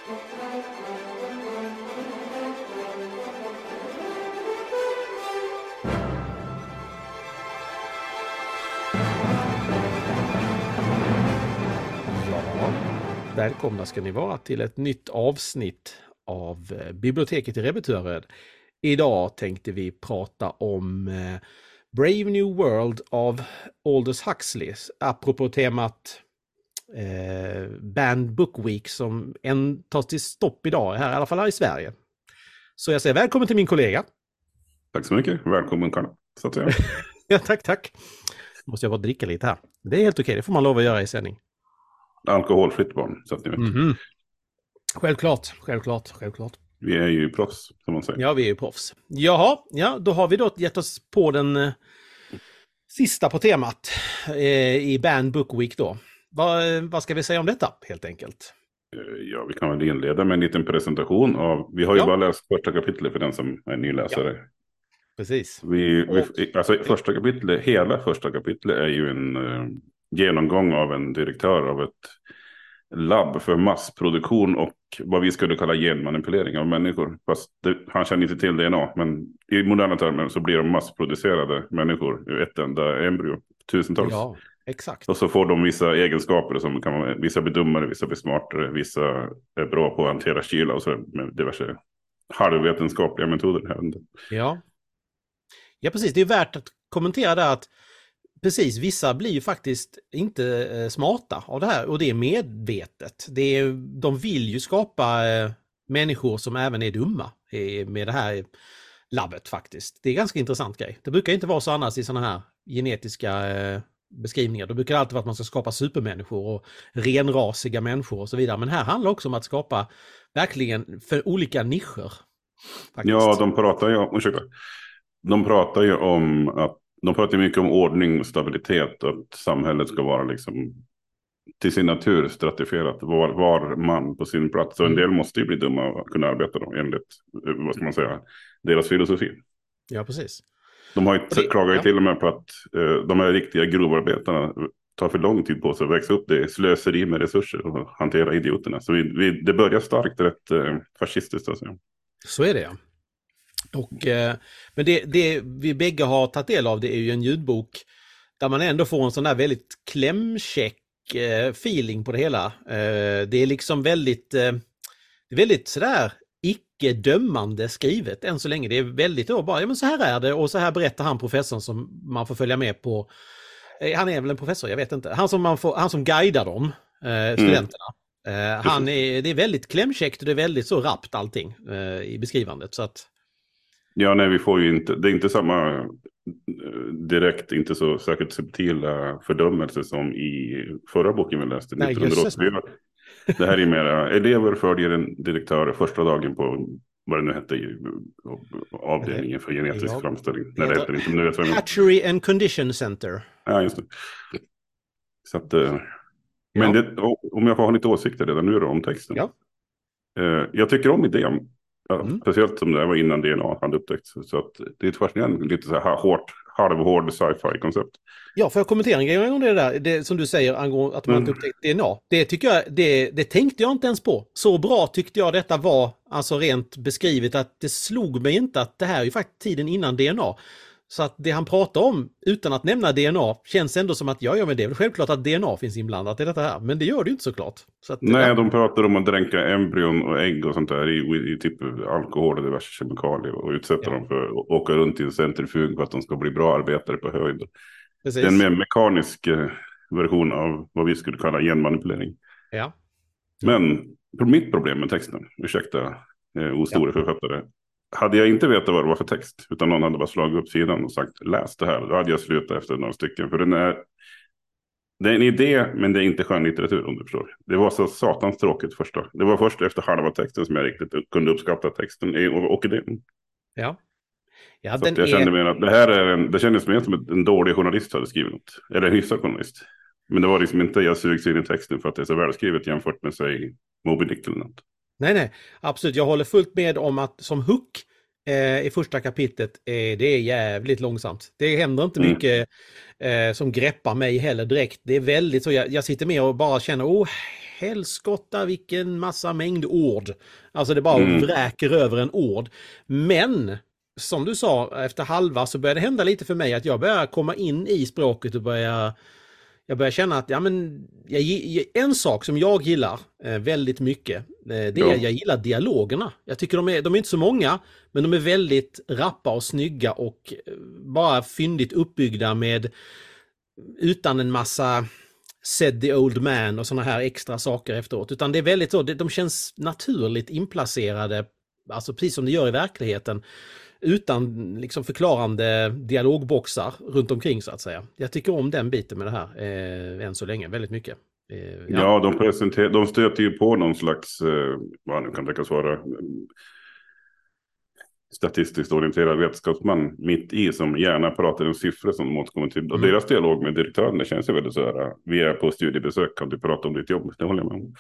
Välkomna ska ni vara till ett nytt avsnitt av Biblioteket i Rebetörred. Idag tänkte vi prata om Brave New World av Aldous Huxley. Apropå temat Banned Book Week som tas till stopp idag här, i alla fall här i Sverige. Så jag säger välkommen till min kollega. Tack så mycket. Välkommen Karl. Så att säga. Ja, tack. Måste jag bara dricka lite här. Det är helt okej, det får man lov att göra i sändning. Alkoholfritt barn, så att ni vet. Mm-hmm. Självklart. Vi är ju proffs, som man säger. Ja, vi är ju proffs. Jaha, ja, då har vi då gett oss på den sista på temat i Banned Book Week då. Vad ska vi säga om detta, helt enkelt? Ja, vi kan väl inleda med en liten presentation av... Vi har ju bara läst första kapitlet för den som är nyläsare. Ja. Precis. Alltså hela första kapitlet är ju en genomgång av en direktör av ett labb för massproduktion och vad vi skulle kalla genmanipulering av människor. Fast han känner inte till DNA, men i moderna termer så blir de massproducerade människor ur ett enda embryo, tusentals. Ja, exakt. Och så får de vissa egenskaper som kan vara, vissa blir dummare, vissa blir smartare, vissa är bra på att hantera kyla och så med diverse halvvetenskapliga metoder här. Ja, precis. Det är värt att kommentera där att precis, vissa blir ju faktiskt inte smarta av det här och det är medvetet. De vill ju skapa människor som även är dumma med det här labbet faktiskt. Det är en ganska intressant grej. Det brukar inte vara så annars i sådana här genetiska beskrivningar. Det brukar alltid vara att man ska skapa supermänniskor och renrasiga människor och så vidare. Men här handlar det också om att skapa verkligen för olika nischer. Faktiskt. Ja, de pratar ju om att de pratar mycket om ordning och stabilitet och att samhället ska vara liksom till sin natur stratifierat. Var man på sin plats. Och en del måste ju bli dumma och kunna arbeta då, enligt, vad ska man säga, deras filosofi. Ja, precis. De har ju klagat till och med på att de här riktiga grovarbetarna tar för lång tid på sig att växa upp. Det är slöseri med resurser och hantera idioterna. Så det börjar starkt rätt fascistiskt. Alltså. Så är det, ja. Men det vi bägge har tagit del av, det är ju en ljudbok där man ändå får en sån där väldigt klämkäck feeling på det hela. Det är liksom väldigt sådär icke-dömande skrivet än så länge. Det är väldigt bara, ja men så här är det och så här berättar han professorn som man får följa med på. Han är väl en professor, jag vet inte. Han som guidar dem, studenterna. Det är väldigt klämkäckt och det är väldigt så rappt allting i beskrivandet så att. Ja, nej, vi får ju inte, det är inte samma direkt, inte så särskilt subtila fördömelse som i förra boken vi läste. Nej, 1984. Det här är mera, elever följer en direktör första dagen på, vad det nu hette, avdelningen för genetisk framställning. Nej, det heter inte, men nu vet jag. Hatchery and Condition Center. Ja, just det. Så att, men om jag får ha lite åsikter redan nu då om texten. Ja. Jag tycker om idén. Ja, speciellt som det var innan DNA hade upptäckts. Så att det är ett fascinerande, lite så här halvhård sci-fi-koncept. Ja, får jag kommentera en grej om det där? Det som du säger angående att man inte upptäckt DNA. Det tycker jag, det tänkte jag inte ens på. Så bra tyckte jag detta var, alltså rent beskrivet, att det slog mig inte att det här är ju faktiskt tiden innan DNA. Så att det han pratar om, utan att nämna DNA, känns ändå som att ja men det är väl självklart att DNA finns inblandat i detta här. Men det gör det ju inte såklart. Så att, nej, de pratar om att dränka embryon och ägg och sånt där i typ alkohol och diverse kemikalier och utsätta dem för att åka runt i en centrifug för att de ska bli bra arbetare på höjd. Precis. Det är en mer mekanisk version av vad vi skulle kalla genmanipulering. Ja. Men mitt problem med texten, ursäkta ostora författare, hade jag inte vetat vad det var för text, utan någon hade bara slagit upp sidan och sagt läs det här, då hade jag slutat efter några stycken. För det är en idé, men det är inte skönlitteratur om du förstår. Det var så satans tråkigt första. Det var först efter halva texten som jag riktigt kunde uppskatta texten och idén. Ja. Ja, så jag kände mer att det kändes mer som en dålig journalist hade skrivit något. Eller en hyfsad journalist. Men det var liksom inte jag sugs in i texten för att det är så välskrivet jämfört med sig Moby Dick eller något. Nej, absolut. Jag håller fullt med om att som hook i första kapitlet det är jävligt långsamt. Det händer inte mycket som greppar mig heller direkt. Det är väldigt så, jag sitter med och bara känner helskotta vilken massa mängd ord. Alltså det bara Mm. vräker över en ord. Men som du sa, efter halva så börjar det hända lite för mig att jag börjar komma in i språket och jag börjar känna att en sak som jag gillar väldigt mycket, det är Ja. att jag gillar dialogerna. Jag tycker de är inte så många, men de är väldigt rappa och snygga och bara fyndigt uppbyggda utan en massa said the old man och såna här extra saker efteråt. Utan det är väldigt så, de känns naturligt inplacerade, alltså precis som det gör i verkligheten. Utan liksom förklarande dialogboxar runt omkring så att säga. Jag tycker om den biten med det här än så länge väldigt mycket. Ja, de stöter ju på någon slags, vad nu kan tänkas vara, statistiskt orienterad vetenskapsman mitt i som gärna pratar om siffror som de återkommer till. Och deras dialog med direktören, det känns ju väldigt så här, vi är på studiebesök, kan du prata om ditt jobb? Det håller jag med om.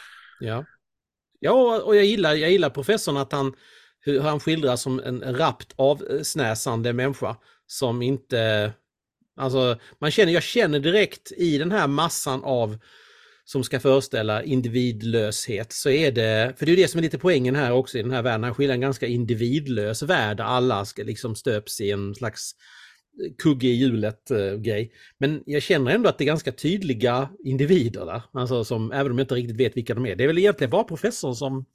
Ja, och jag gillar professorn att hur han skildras som en rappt avsnäsande människa som inte, alltså jag känner direkt i den här massan av som ska föreställa individlöshet så är det, för det är det som är lite poängen här också i den här världen, han skildrar en ganska individlös värld där alla ska liksom stöps i en slags kugge i hjulet grej. Men jag känner ändå att det är ganska tydliga individer där, alltså som, även om jag inte riktigt vet vilka de är. Det är väl egentligen bara professorn som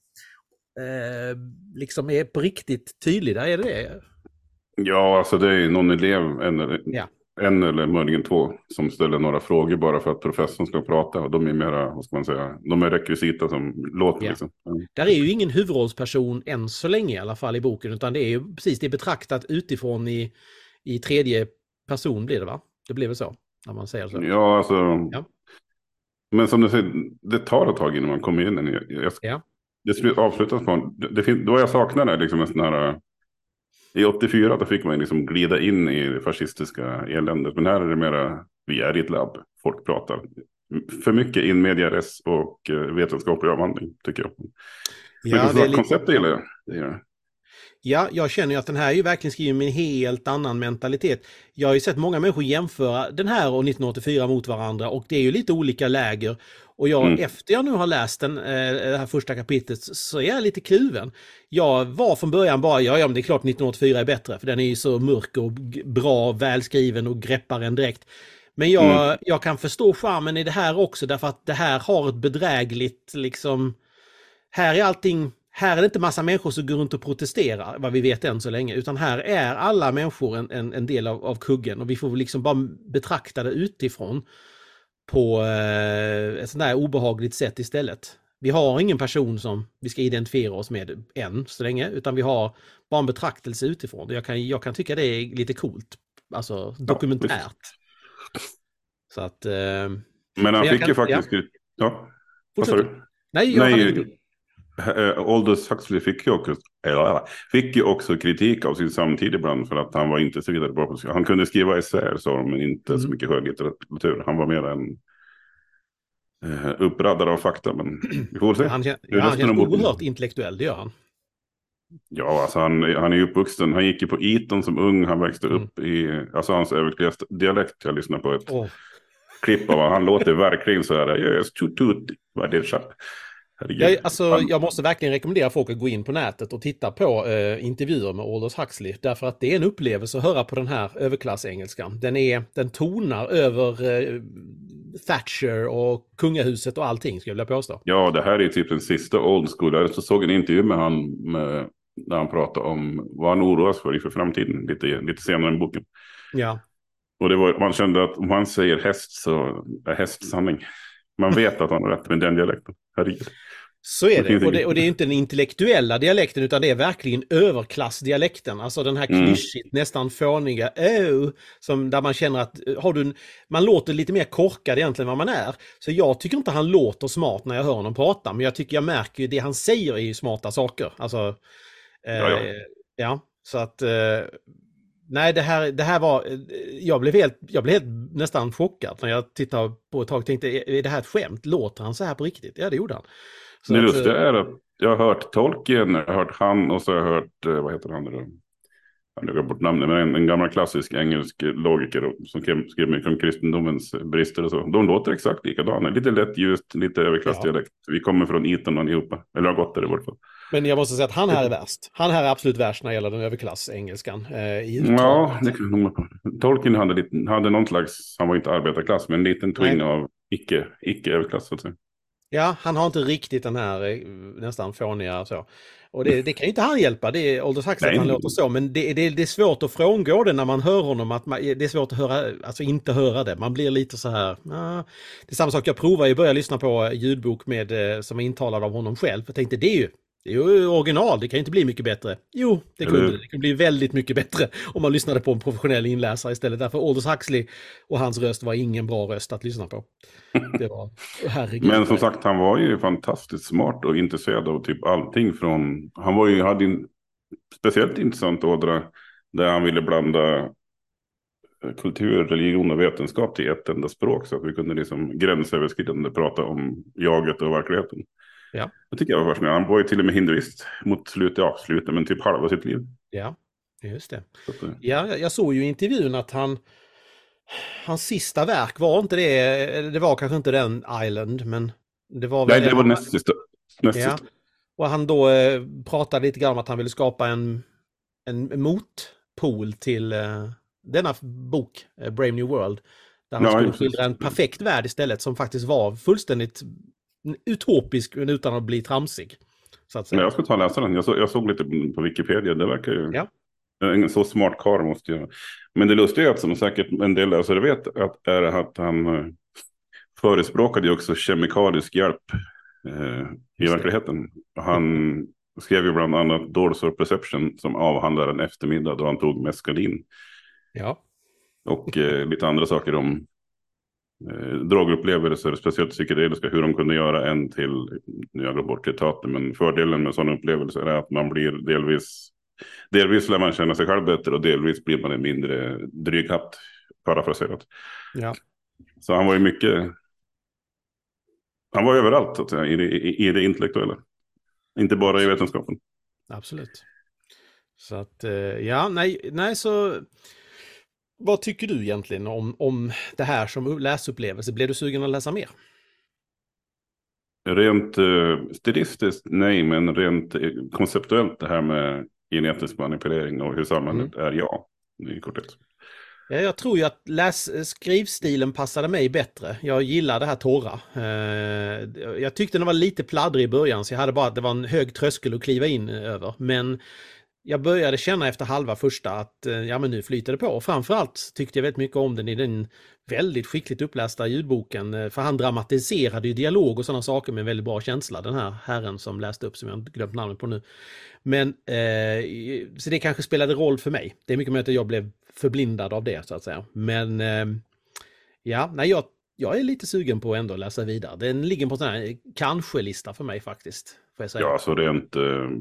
liksom är på riktigt tydlig, där är det. Ja, alltså det är någon elev, Ja. en eller möjligen två, som ställer några frågor bara för att professorn ska prata. Och de är mera, vad ska man säga, de är rekvisita som låter Ja. liksom. Där är ju ingen huvudrollsperson än så länge i alla fall i boken, utan det är ju precis det betraktat utifrån i tredje person blir det, va? Det blir väl så, när man säger så. Ja, alltså. Ja. Men som du säger, det tar ett tag innan man kommer in. Det avslutas på, då jag saknar liksom en sån här. I 84 då fick man liksom glida in i det fascistiska eländet. Men här är det mera, vi är i ett labb, folk pratar. För mycket in media res och vetenskaplig avhandling, tycker jag. Men det är konceptet gillar jag. Ja, jag känner ju att den här är ju verkligen skriven med en helt annan mentalitet. Jag har ju sett många människor jämföra den här och 1984 mot varandra och det är ju lite olika läger. Och efter jag nu har läst det här första kapitlet så är jag lite kluven. Jag var från början bara, men det är klart 1984 är bättre för den är ju så mörk och bra, välskriven och greppar en direkt. Men jag kan förstå charmen i det här också därför att det här har ett bedrägligt liksom, här är det inte massa människor som går runt och protesterar, vad vi vet än så länge, utan här är alla människor en del av kuggen och vi får liksom bara betrakta det utifrån på ett sånt där obehagligt sätt istället. Vi har ingen person som vi ska identifiera oss med än så länge, utan vi har bara en betraktelse utifrån. Jag kan tycka det är lite coolt, alltså dokumentärt. Så att... Men han fick ju faktiskt... Ja, vad sa du? Nej, Aldous Huxley fick ju också kritik av sin samtid ibland för att han var inte så vidare bra på. Han kunde skriva essäer så, men inte så mycket höglitteratur. Han var mer en uppraddare av fakta, men vi får se. Han känns oerhört intellektuell, det gör han. Ja, alltså han är ju uppvuxen. Han gick ju på Eton som ung. Han växte upp i, alltså hans överklass dialekt. Jag lyssnar på ett klipp av han låter verkligen så här. Yes, tut, vad är det så? Jag måste verkligen rekommendera folk att gå in på nätet och titta på intervjuer med Aldous Huxley. Därför att det är en upplevelse att höra på den här överklassengelskan. Den tonar över Thatcher och kungahuset och allting, skulle jag vilja påstå. Ja, det här är typ den sista old school. Jag såg en intervju med han när han pratade om vad han oroas för framtiden. Lite senare i boken. Ja. Och man kände att om han säger häst så är häst sanning. Man vet att han har rätt med den dialekten. Herregud. Så är det. Och det är inte den intellektuella dialekten utan det är verkligen överklassdialekten. Alltså den här klyschigt, nästan fåniga som där man känner att man låter lite mer korkad egentligen än vad man är. Så jag tycker inte han låter smart när jag hör honom prata. Men jag märker ju det han säger är ju smarta saker. Alltså, så att... Nej, det här var... Jag blev helt nästan chockad när jag tittade på ett tag och tänkte, är det här ett skämt? Låter han så här på riktigt? Ja, det gjorde han. Så det lustiga är att jag har hört Tolkien, jag har hört han och så har jag hört, vad heter han då? jag lägger bort namnet, men en gammal klassisk engelsk logiker som skrev mycket om kristendomens brister och så. De låter exakt likadana, lite lätt ljust, lite överklassdialekt. Vi kommer från Eton allihopa, eller har gått där i vart fall. Men jag måste säga att han här är värst. Han här är absolut värst när det gäller den överklass-engelskan. I uttalet. Ja, det kan nog. Tolkien hade någon slags, han var inte arbetarklass, men en liten twing av icke-överklass så att säga. Ja, han har inte riktigt den här nästan fåniga så. Och det kan ju inte han hjälpa, det är Aldous Huxley att han låter så, men det är svårt att frångå det när man hör honom, att det är svårt att höra, alltså inte höra det. Man blir lite så här, det är samma sak, jag provade ju börja lyssna på ljudbok med, som är intalad av honom själv. Jag tänkte, det är ju original, det kan ju inte bli mycket bättre. Jo, det kunde bli väldigt mycket bättre om man lyssnade på en professionell inläsare istället. Därför Aldous Huxley och hans röst var ingen bra röst att lyssna på. Det var, herregud. Men som sagt, han var ju fantastiskt smart och intresserad av typ allting från, hade en speciellt intressant ådra där han ville blanda kultur, religion och vetenskap till ett enda språk så att vi kunde liksom gränsöverskridande prata om jaget och verkligheten. Ja. Det tycker jag var fascinerande. Han var ju till och med hinduist mot slutet, men typ halva sitt liv. Ja, just det. Ja, jag såg ju i intervjun att hans sista verk var inte det var kanske inte den Island, men det var väl... Nej, det var näst sista. Ja. Och han då pratade lite grann om att han ville skapa en motpol till denna bok, Brave New World, där han skulle skildra en perfekt värld istället som faktiskt var fullständigt utopisk men utan att bli tramsig. Så att säga. Men jag ska ta och läsa den. Jag såg lite på Wikipedia, det verkar ju... Ja. En så smart karl måste jag. Men det lustiga är att som säkert en del läsare vet är att han förespråkade ju också kemikalisk hjälp i verkligheten. Han skrev ju bland annat Dorsal Perception som avhandlar en eftermiddag då han tog meskalin. Ja. Och lite andra saker om drogupplevelser, speciellt psykedeliska, hur de kunde göra en till, nu har jag gått bort citaten, men fördelen med sådana upplevelser är att man blir delvis lär man känna sig själv bättre och delvis blir man en mindre dryghatt, parafraserat. Ja. Så han var ju mycket, han var överallt så att säga, i det intellektuella. Inte bara i vetenskapen. Absolut. Så att, ja, nej så... Vad tycker du egentligen om det här som läsupplevelse? Blev du sugen att läsa mer? Rent stilistiskt, nej, men rent konceptuellt det här med genetisk manipulering och hur samhället är, ja, i korthet. Ja, jag tror ju att skrivstilen passade mig bättre. Jag gillar det här torra. Jag tyckte den var lite pladdrig i början, så jag hade bara att det var en hög tröskel att kliva in över. Men jag började känna efter halva första att ja, men nu flyter det på. Och framförallt tyckte jag väldigt mycket om den i den väldigt skickligt upplästa ljudboken. För han dramatiserade ju dialog och sådana saker med väldigt bra känsla. Den här herren som läste upp, som jag inte glömt namnet på nu. Men så det kanske spelade roll för mig. Det är mycket möjligt att jag blev förblindad av det så att säga. Men ja, nej, jag är lite sugen på ändå att läsa vidare. Den ligger på en sån här kanske-lista för mig faktiskt. Får jag säga. Ja, så rent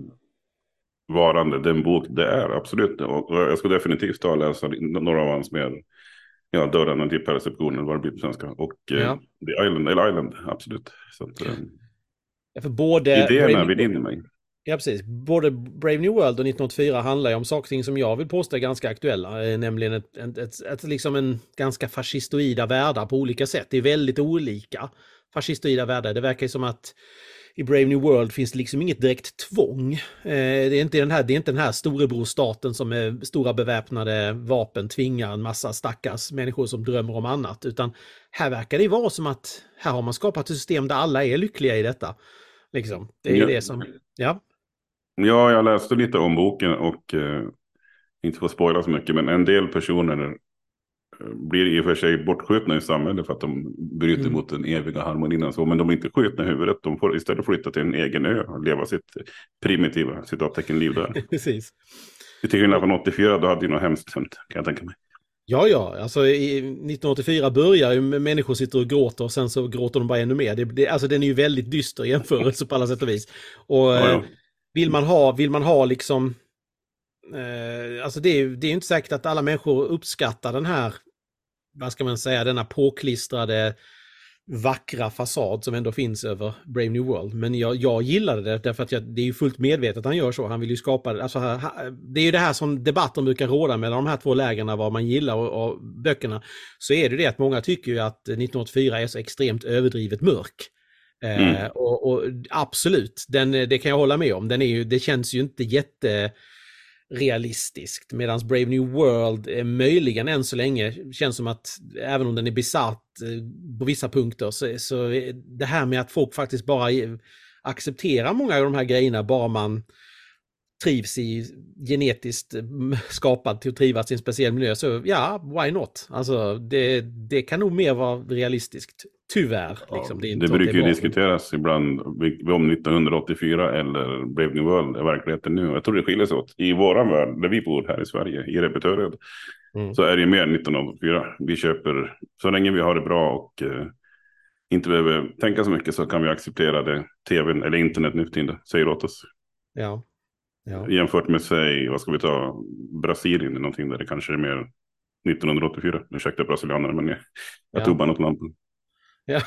varande den bok det är, absolut. Och jag ska definitivt ta och läsa några av hans mer dörrarna till perceptionen, vad det blir på svenska. Och The Island, absolut. Så att, för både idéerna vill in i mig. Ja, precis. Både Brave New World och 1984 handlar ju om saker som jag vill påstå är ganska aktuella. Nämligen ett liksom en ganska fascistoida världar på olika sätt. Det är väldigt olika fascistoida världar. Det verkar ju som att i Brave New World finns det liksom inget direkt tvång. Det är inte den här storebrorstaten som med stora beväpnade vapen tvingar en massa stackars människor som drömmer om annat. Utan här verkar det vara som att här har man skapat ett system där alla är lyckliga i detta. Liksom. Det är det som... Ja. Ja, jag läste lite om boken och inte får spoila så mycket, men en del personer blir i och för sig bortskjutna i samhället för att de bryter mot den eviga harmonin och så, men de är inte skjutna i huvudet. De får istället flytta till en egen ö och leva sitt primitiva citattecken-liv där. Precis. Det tycker jag från 84, då hade ju något hemskt hänt, kan jag tänka mig. Ja, alltså 1984 börjar ju med människor sitter och gråter och sen så gråter de bara ännu mer. Alltså den är ju väldigt dyster i jämförelse på alla sätt och vis. Och vill man ha liksom alltså det är ju inte säkert att alla människor uppskattar den här, vad ska man säga, denna påklistrade vackra fasad som ändå finns över Brave New World. Men jag gillade det därför att det är ju fullt medvetet att han gör så. Han vill ju skapa, alltså, det är ju det här som debatten brukar råda mellan de här två lägren, vad man gillar och böckerna. Så är det att många tycker ju att 1984 är så extremt överdrivet mörk. Och absolut, det kan jag hålla med om. Det känns ju inte jätterealistiskt. Medan Brave New World är möjligen än så länge känns som att även om den är besatt på vissa punkter så det här med att folk faktiskt bara accepterar många av de här grejerna bara man trivs i genetiskt skapad till att trivas i en speciell miljö, så ja, why not? Alltså det kan nog mer vara realistiskt. Tyvärr. Liksom. Det brukar ju diskuteras ibland om 1984 eller Brave New World är verkligheten nu. Jag tror det skiljer sig åt. I våran värld, där vi bor här i Sverige, i Repetörred, så är det mer 1984. Vi köper, så länge vi har det bra och inte behöver tänka så mycket, så kan vi acceptera det. TVn eller internet nu för tiden säger åt oss. Ja. Jämfört med, säg, vad ska vi ta, Brasilien eller någonting där det kanske är mer 1984. Ursäkta brasilianer, men jag tog bara något namn. Ja.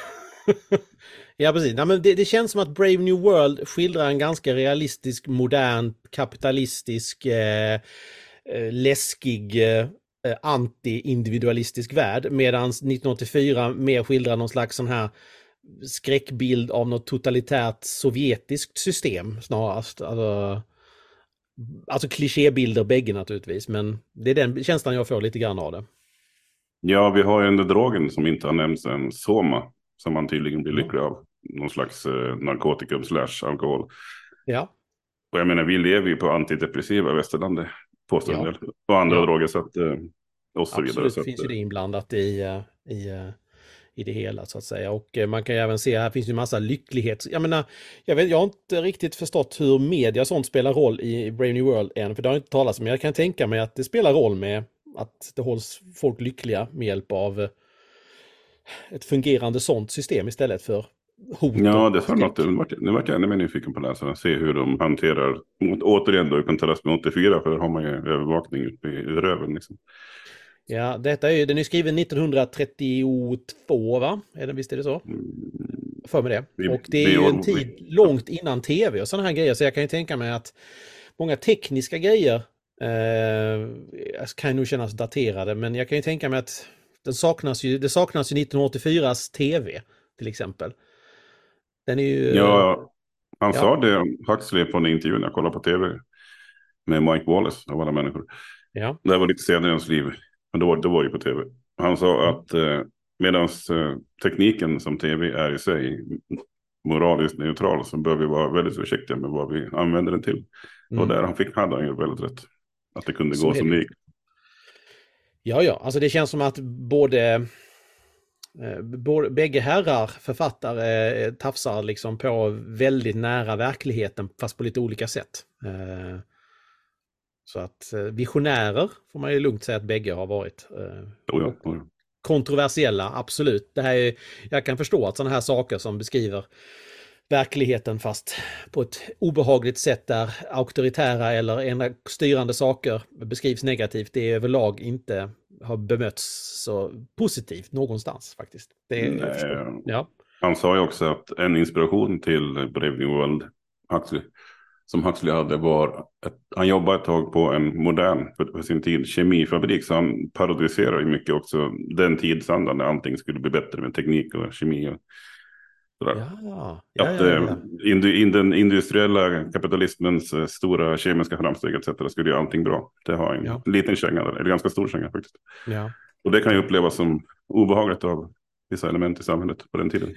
Ja, precis. Nej, men det känns som att Brave New World skildrar en ganska realistisk, modern, kapitalistisk, läskig, anti-individualistisk värld. Medan 1984 mer skildrar någon slags sån här skräckbild av något totalitärt sovjetiskt system snarast. Alltså klichébilder bägge naturligtvis, men det är den känslan jag får lite grann av det. Ja, vi har ju den drogen som inte har nämnts än, Soma, som man tydligen blir lycklig av. Någon slags narkotikum / alkohol. Ja. Och jag menar, vi lever ju på antidepressiva västerlandet, påstår en del. Och andra droger, så att, och så vidare. Absolut, finns ju det inblandat i det hela så att säga. Och man kan ju även se, här finns ju en massa lycklighet. Jag menar, jag har inte riktigt förstått hur media sånt spelar roll i Brave New World än, för det har inte talats om. Men jag kan tänka mig att det spelar roll med att det hålls folk lyckliga med hjälp av ett fungerande sånt system istället för hot. Ja, det sa något. Nu vart jag ännu mer nyfiken på läsarna. Se hur de hanterar, återigen då, kontrast med 84, för där har man ju övervakning uppe i röven liksom. Ja, den är skriven 1932, va? Visst är det så? För mig det. Och det är ju en tid långt innan tv och sådana här grejer, så jag kan ju tänka mig att många tekniska grejer kan nog kännas daterade, men jag kan ju tänka mig att det saknas ju 1984s tv till exempel. Den är ju... Ja, han sa det, Huxley, på en intervju när jag kollade på tv med Mike Wallace av alla människor. Ja. Det var lite senare i hans liv, men det var ju på tv. Han sa att medan tekniken som tv är i sig moraliskt neutral, så bör vi vara väldigt försiktiga med vad vi använder den till. Och där hade han ju väldigt rätt. Att det kunde gå som det gick. Ja, alltså det känns som att bägge herrar författare tafsar liksom på väldigt nära verkligheten, fast på lite olika sätt. Så att visionärer får man ju lugnt säga att bägge har varit. Kontroversiella, absolut. Jag kan förstå att sådana här saker som beskriver verkligheten fast på ett obehagligt sätt, där auktoritära eller styrande saker beskrivs negativt, det överlag inte har bemötts så positivt någonstans faktiskt. Han sa ju också att en inspiration till Brave New World som Huxley hade var att han jobbade ett tag på en modern, för sin tid, kemifabrik, så han parodiserar ju mycket också den tidsandan där allting skulle bli bättre med teknik och kemi och den industriella kapitalismens stora kemiska framsteg etc. skulle göra allting bra. Det har en liten känga, eller ganska stor känga faktiskt. Ja. Och det kan ju upplevas som obehagligt av vissa element i samhället på den tiden.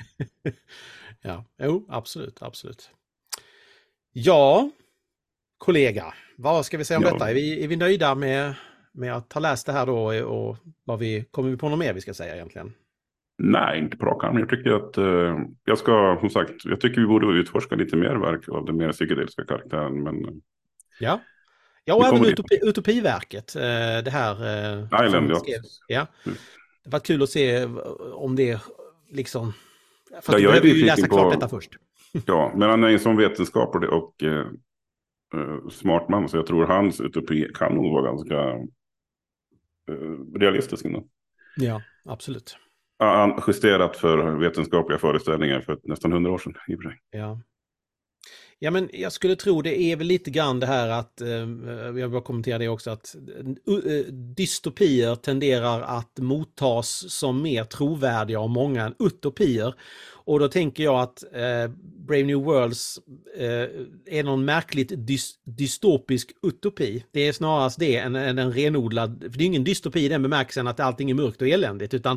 Absolut. Ja, kollega, vad ska vi säga om detta? Är vi nöjda med att ha läst det här då, och kommer vi på något mer vi ska säga egentligen? Nej, inte på rak arm. Jag tycker att jag tycker vi borde utforska lite mer verk av den mer psykedeliska karaktären. Men och även Utopiverket, det här Island, det var kul att se om det liksom, för jag behöver ju läsa klart detta först. Ja, men han är en sån vetenskaplig och smart man, så jag tror hans utopi kan nog vara ganska realistisk ändå. Ja, absolut. justerat för vetenskapliga föreställningar för nästan 100 år sedan i och för sig. Ja. Ja, men jag skulle tro det är väl lite grann det här att, jag vill bara kommentera det också, att dystopier tenderar att mottas som mer trovärdiga av många än utopier. Och då tänker jag att Brave New Worlds är någon märkligt dystopisk utopi. Det är snarast det än en renodlad, för det är ingen dystopi i den bemärkelsen att allting är mörkt och eländigt, utan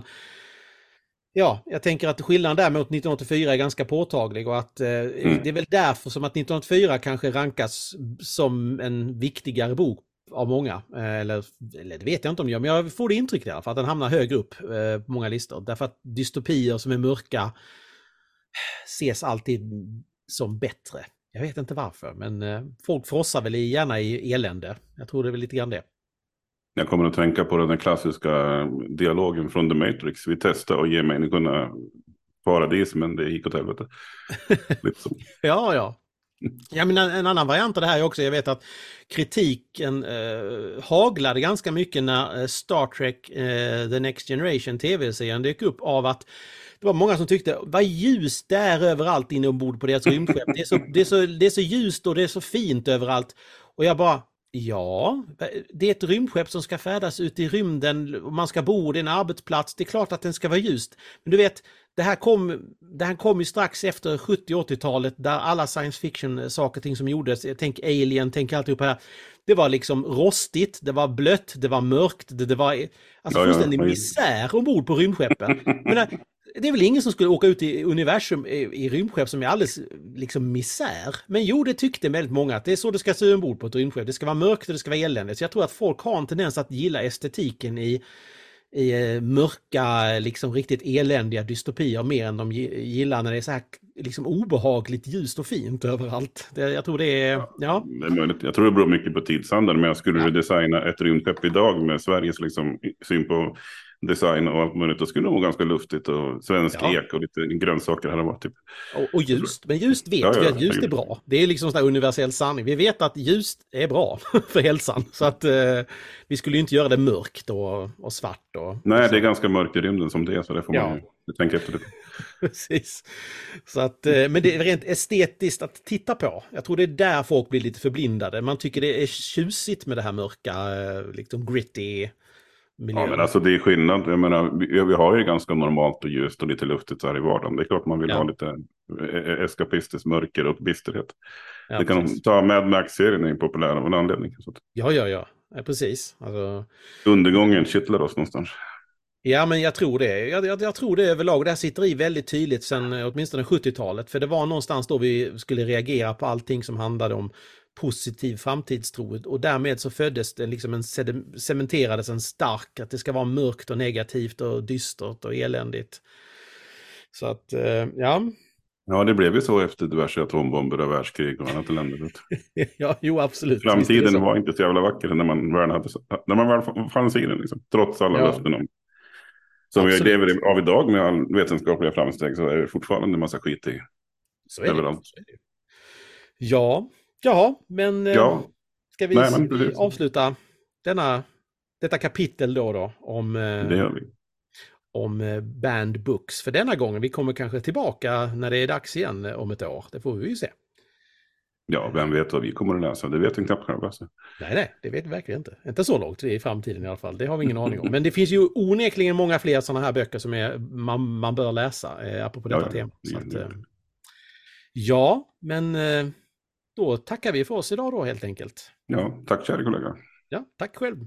ja, jag tänker att skillnaden där mot 1984 är ganska påtaglig och att det är väl därför som att 1984 kanske rankas som en viktigare bok av många. Eller det vet jag inte om jag, men jag får det intrycket i alla fall att den hamnar högre upp på många listor. Därför att dystopier som är mörka ses alltid som bättre. Jag vet inte varför, men folk frossar väl gärna i elände. Jag tror det är väl lite grann det. Jag kommer att tänka på den klassiska dialogen från The Matrix. Vi testade att ge människorna paradis, men det gick åt helvete. Lite så. Ja. Ja, men en annan variant av det här är också, jag vet att kritiken haglade ganska mycket när Star Trek The Next Generation tv-serien dök upp av att det var många som tyckte, vad ljust det är överallt inne ombord på deras rymdskepp. Det är så ljust och det är så fint överallt. Och jag bara, ja, det är ett rymdskepp som ska färdas ut i rymden och man ska bo, det är en arbetsplats, det är klart att den ska vara ljust. Men du vet, det här kom ju strax efter 70-80-talet där alla science fiction saker och ting som gjordes, tänk Alien, tänk alltihop här, det var liksom rostigt, det var blött, det var mörkt, det var alltså fullständig misär ombord på rymdskeppen. Men det är väl ingen som skulle åka ut i universum i rymdskepp som är alldeles liksom misär. Men jo, det tyckte väldigt många att det är så det ska se ombord på ett rymdskepp. Det ska vara mörkt och det ska vara eländigt. Så jag tror att folk har en tendens att gilla estetiken i mörka, liksom riktigt eländiga dystopier mer än de gillar när det är så här liksom obehagligt ljust och fint överallt. Jag tror det är, ja. Det är möjligt. Jag tror det beror mycket på tidsandan, men jag skulle designa ett rymdskepp idag med Sveriges liksom syn på design och allt möjligt. Då skulle det vara ganska luftigt och svensk ek och lite grönsaker hade varit typ. Och ljust, men ljust vet vi att ljust är bra. Det är liksom sån där universell sanning. Vi vet att ljust är bra för hälsan. Så att vi skulle ju inte göra det mörkt och svart. Nej, det är ganska mörkt i rymden som det är, så det får man ju tänka efter det. Precis. Så att, men det är rent estetiskt att titta på. Jag tror det är där folk blir lite förblindade. Man tycker det är tjusigt med det här mörka, liksom gritty miljön. Ja, men alltså det är skillnad. Jag menar, vi har ju ganska normalt och ljust och lite luftigt så här i vardagen. Det är klart man vill ha lite eskapistiskt mörker och bisterhet. Ja, det kan de ta med Max-serien är populär av en anledning. Så att... Ja, precis. Alltså... Undergången kittlar oss någonstans. Ja, men jag tror det. Jag tror det överlag. Det här sitter i väldigt tydligt sedan åtminstone 70-talet. För det var någonstans då vi skulle reagera på allting som handlade om positiv framtidstro. Och därmed så föddes det liksom cementerades en stark, att det ska vara mörkt och negativt och dystert och eländigt. Så att, ja. Ja, det blev ju så efter diverse atombomber och världskrig och annat elände. Ja, jo, absolut. Framtiden var inte så jävla vacker när man väl fanns i den, liksom, trots alla löften om. Som vi lever av idag med all vetenskapliga framsteg, så är det fortfarande en massa skit i överallt. Ja, men ska vi avsluta detta kapitel då om, det gör vi. Om Banned Books för denna gången. Vi kommer kanske tillbaka när det är dags igen om ett år. Det får vi ju se. Ja, vem vet vad vi kommer att läsa? Det vet vi knappt själva. Nej, det vet vi verkligen inte. Inte så långt i framtiden i alla fall. Det har vi ingen aning om. Men det finns ju onekligen många fler sådana här böcker som man bör läsa apropå detta tema. Så att, men då tackar vi för oss idag då helt enkelt. Ja, tack kära kollega. Ja, tack själv.